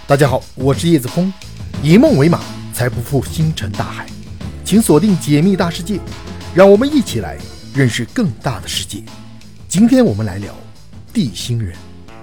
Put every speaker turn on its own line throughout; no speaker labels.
大家好，我是叶子峰，以梦为马，才不负星辰大海。请锁定解密大世界，让我们一起来认识更大的世界。今天我们来聊地心人。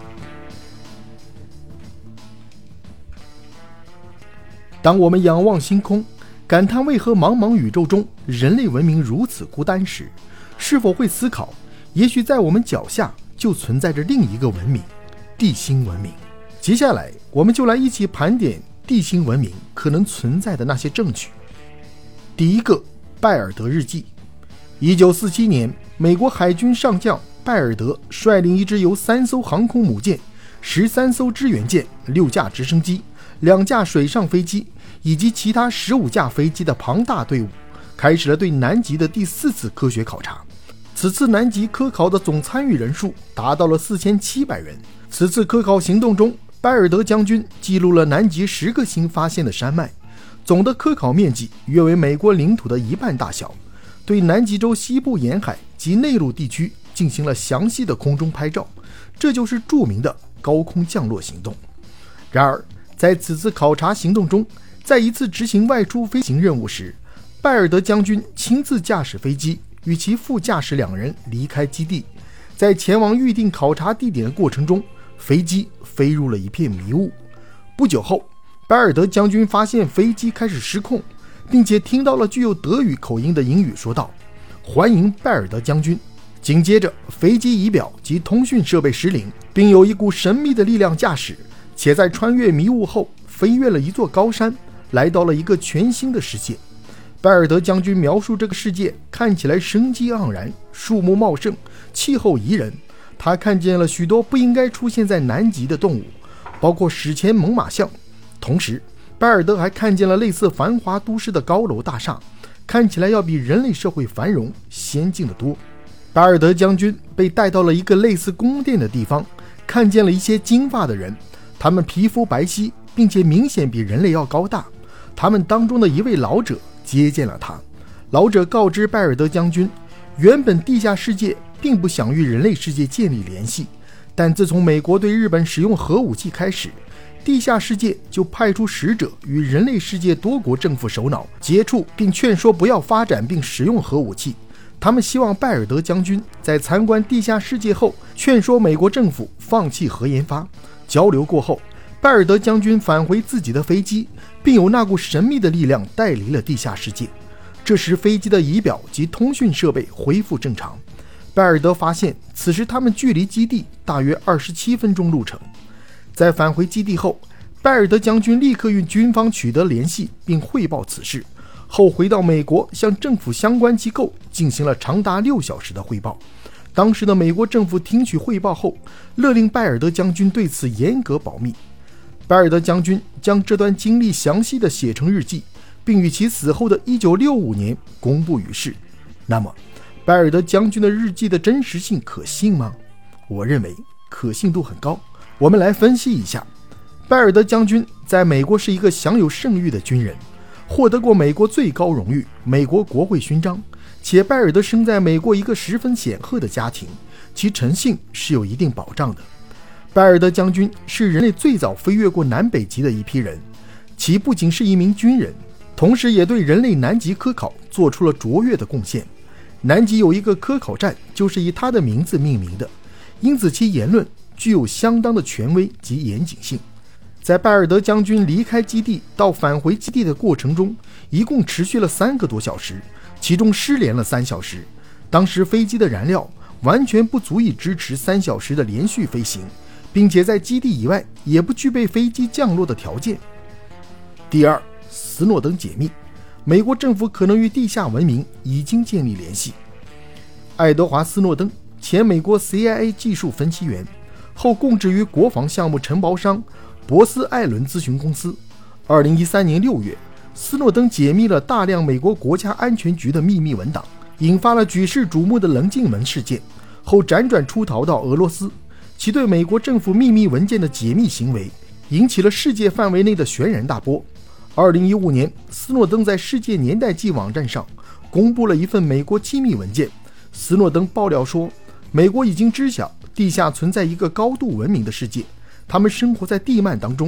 当我们仰望星空，感叹为何茫茫宇宙中人类文明如此孤单时，是否会思考，也许在我们脚下就存在着另一个文明——地心文明。接下来我们就来一起盘点地心文明可能存在的那些证据。第一个，拜尔德日记。1947年，美国海军上将拜尔德率领一支由3艘航空母舰、13艘支援舰、6架直升机、2架水上飞机以及其他15架飞机的庞大队伍，开始了对南极的第4次科学考察。此次南极科考的总参与人数达到了4700人。此次科考行动中，拜尔德将军记录了南极10个新发现的山脉，总的科考面积约为美国领土的1半大小，对南极洲西部沿海及内陆地区进行了详细的空中拍照，这就是著名的高空降落行动。然而，在此次考察行动中，在一次执行外出飞行任务时，拜尔德将军亲自驾驶飞机，与其副驾驶2人离开基地。在前往预定考察地点的过程中，飞机飞入了一片迷雾。不久后，拜尔德将军发现飞机开始失控，并且听到了具有德语口音的英语说道：“欢迎拜尔德将军。”紧接着，飞机仪表及通讯设备失灵，并有一股神秘的力量驾驶，且在穿越迷雾后飞越了一座高山，来到了一个全新的世界。拜尔德将军描述这个世界看起来生机盎然，树木茂盛，气候宜人。他看见了许多不应该出现在南极的动物，包括史前猛犸象。同时，拜尔德还看见了类似繁华都市的高楼大厦，看起来要比人类社会繁荣先进得多。拜尔德将军被带到了一个类似宫殿的地方，看见了一些金发的人，他们皮肤白皙，并且明显比人类要高大。他们当中的一位老者接见了他。老者告知拜尔德将军，原本地下世界并不想与人类世界建立联系，但自从美国对日本使用核武器开始，地下世界就派出使者与人类世界多国政府首脑接触，并劝说不要发展并使用核武器。他们希望拜尔德将军在参观地下世界后，劝说美国政府放弃核研发。交流过后，拜尔德将军返回自己的飞机，并有那股神秘的力量带离了地下世界。这时，飞机的仪表及通讯设备恢复正常。拜尔德发现，此时他们距离基地大约27分钟路程。在返回基地后，拜尔德将军立刻与军方取得联系，并汇报此事。后回到美国，向政府相关机构进行了长达6小时的汇报。当时的美国政府听取汇报后，勒令拜尔德将军对此严格保密。拜尔德将军将这段经历详细地写成日记，并于其死后的1965年公布于世。那么，拜尔德将军的日记的真实性可信吗？我认为可信度很高。我们来分析一下。拜尔德将军在美国是一个享有盛誉的军人，获得过美国最高荣誉美国国会勋章，且拜尔德生在美国一个十分显赫的家庭，其诚信是有一定保障的。拜尔德将军是人类最早飞越过南北极的一批人，其不仅是一名军人，同时也对人类南极科考做出了卓越的贡献。南极有一个科考站就是以他的名字命名的，因此其言论具有相当的权威及严谨性。在拜尔德将军离开基地到返回基地的过程中，一共持续了3个多小时，其中失联了3小时。当时飞机的燃料完全不足以支持3小时的连续飞行，并且在基地以外也不具备飞机降落的条件。第二，斯诺登解密。美国政府可能与地下文明已经建立联系。爱德华·斯诺登，前美国 CIA 技术分析员，后供职于国防项目承包商博斯艾伦咨询公司。2013年6月，斯诺登解密了大量美国国家安全局的秘密文档，引发了举世瞩目的棱镜门事件，后辗转出逃到俄罗斯。其对美国政府秘密文件的解密行为引起了世界范围内的轩然大波。2015年，斯诺登在世界年代记网站上公布了一份美国机密文件。斯诺登爆料说，美国已经知晓地下存在一个高度文明的世界，他们生活在地幔当中，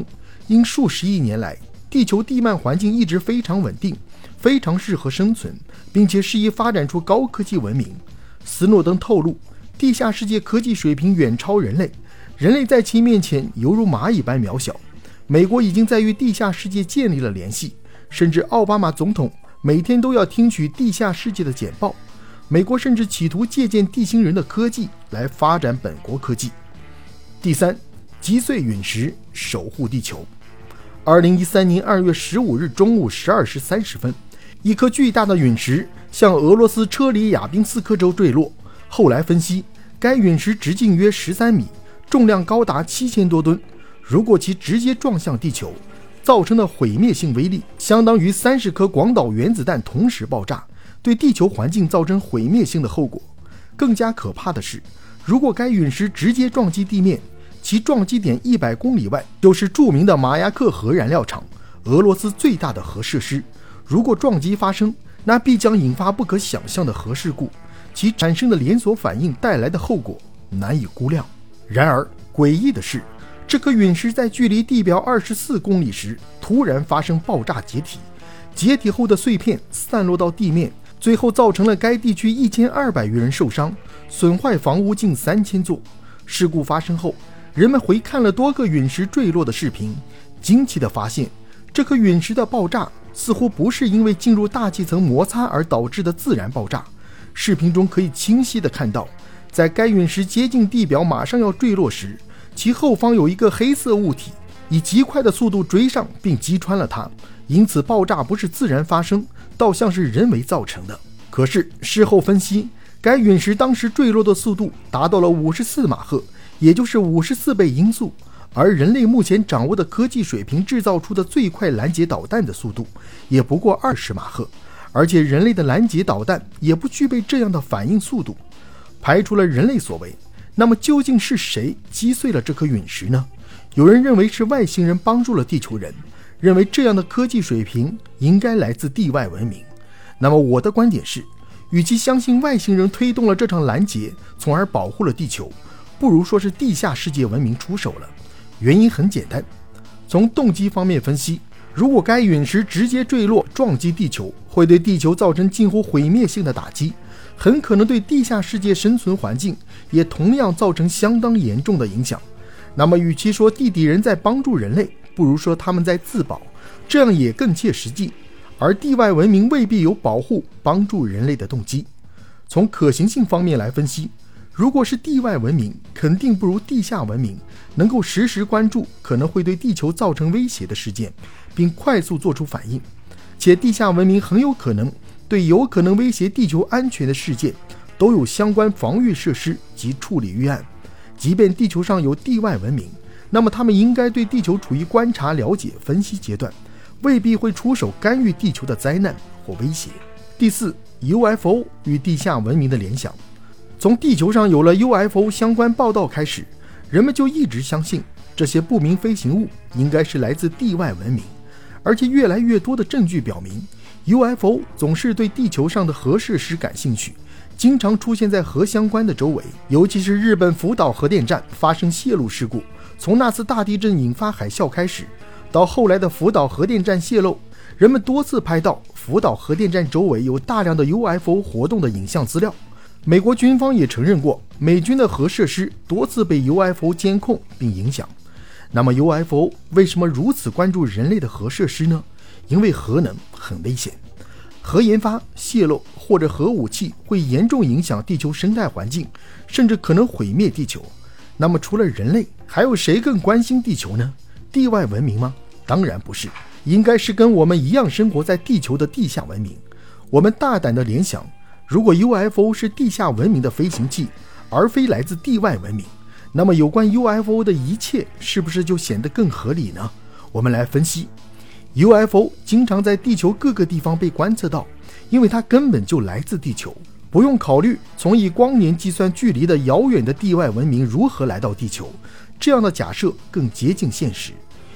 因数十亿年来地球地幔环境一直非常稳定，非常适合生存，并且适宜发展出高科技文明。斯诺登透露，地下世界科技水平远超人类，人类在其面前犹如蚂蚁般渺小。美国已经在与地下世界建立了联系，甚至奥巴马总统每天都要听取地下世界的简报。美国甚至企图借鉴地心人的科技来发展本国科技。第三，击碎陨石，守护地球。2013年2月15日中午12时30分，一颗巨大的陨石向俄罗斯车里亚宾斯克州坠落。后来分析，该陨石直径约13米，重量高达7000多吨。如果其直接撞向地球，造成的毁灭性威力相当于30颗广岛原子弹同时爆炸，对地球环境造成毁灭性的后果。更加可怕的是，如果该陨石直接撞击地面，其撞击点100公里外就是著名的马亚克核燃料厂，俄罗斯最大的核设施。如果撞击发生，那必将引发不可想象的核事故，其产生的连锁反应带来的后果难以估量。然而诡异的是，这颗陨石在距离地表24公里时突然发生爆炸解体，解体后的碎片散落到地面，最后造成了该地区1200余人受伤，损坏房屋近3000座。事故发生后，人们回看了多个陨石坠落的视频，惊奇地发现，这颗陨石的爆炸似乎不是因为进入大气层摩擦而导致的自然爆炸。视频中可以清晰地看到，在该陨石接近地表马上要坠落时，其后方有一个黑色物体以极快的速度追上并击穿了它，因此爆炸不是自然发生，倒像是人为造成的。可是事后分析，该陨石当时坠落的速度达到了54马赫，也就是54倍音速，而人类目前掌握的科技水平制造出的最快拦截导弹的速度也不过20马赫，而且人类的拦截导弹也不具备这样的反应速度。排除了人类所为，那么究竟是谁击碎了这颗陨石呢？有人认为是外星人帮助了地球人，认为这样的科技水平应该来自地外文明。那么我的观点是，与其相信外星人推动了这场拦截，从而保护了地球，不如说是地下世界文明出手了。原因很简单，从动机方面分析，如果该陨石直接坠落撞击地球，会对地球造成近乎毁灭性的打击，很可能对地下世界生存环境也同样造成相当严重的影响。那么与其说地底人在帮助人类，不如说他们在自保，这样也更切实际。而地外文明未必有保护帮助人类的动机。从可行性方面来分析，如果是地外文明，肯定不如地下文明能够实时关注可能会对地球造成威胁的事件，并快速做出反应。且地下文明很有可能对有可能威胁地球安全的事件都有相关防御设施及处理预案。即便地球上有地外文明，那么他们应该对地球处于观察、了解、分析阶段，未必会出手干预地球的灾难或威胁。第四， UFO 与地下文明的联想。从地球上有了 UFO 相关报道开始，人们就一直相信这些不明飞行物应该是来自地外文明，而且越来越多的证据表明， UFO 总是对地球上的核设施感兴趣，经常出现在核相关的周围。尤其是日本福岛核电站发生泄漏事故，从那次大地震引发海啸开始，到后来的福岛核电站泄漏，人们多次拍到福岛核电站周围有大量的 UFO 活动的影像资料。美国军方也承认过，美军的核设施多次被 UFO 监控并影响。那么 UFO 为什么如此关注人类的核设施呢？因为核能很危险，核研发、泄漏或者核武器会严重影响地球生态环境，甚至可能毁灭地球。那么除了人类，还有谁更关心地球呢？地外文明吗？当然不是，应该是跟我们一样生活在地球的地下文明。我们大胆的联想，如果 UFO 是地下文明的飞行器，而非来自地外文明，那么有关 UFO 的一切是不是就显得更合理呢？我们来分析。 UFO 经常在地球各个地方被观测到，因为它根本就来自地球，不用考虑从以光年计算距离的遥远的地外文明如何来到地球，这样的假设更接近现实。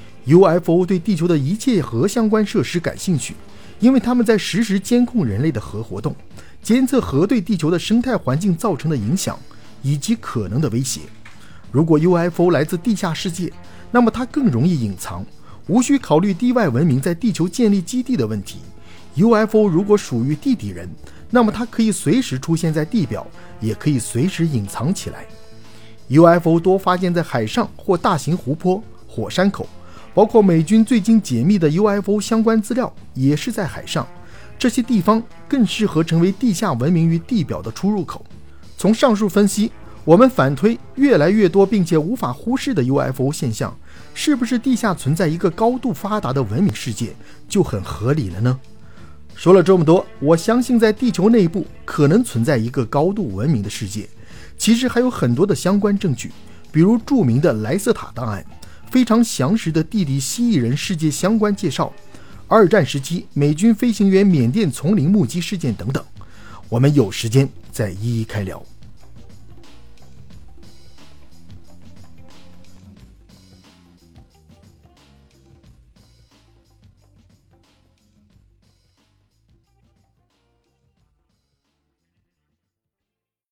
UFO 对地球的一切核相关设施感兴趣，因为他们在实时监控人类的核活动，监测核对地球的生态环境造成的影响以及可能的威胁。如果 UFO 来自地下世界，那么它更容易隐藏， 无需考虑地外文明在地球建立基地的问题。UFO 如果属于地底人，那么它可以随时出现在地表，也可以随时隐藏起来。UFO 多发现在海上或大型湖泊、火山口，包括美军最近解密的 UFO 相关资料也是在海上，这些地方更适合成为地下文明与地表的出入口。从上述分析，我们反推越来越多并且无法忽视的 UFO 现象，是不是地下存在一个高度发达的文明世界就很合理了呢？说了这么多，我相信在地球内部可能存在一个高度文明的世界，其实还有很多的相关证据，比如著名的莱瑟塔档案，非常详实的地底蜥蜴人世界相关介绍，二战时期美军飞行员缅甸丛林目击事件等等，我们有时间再一一开聊。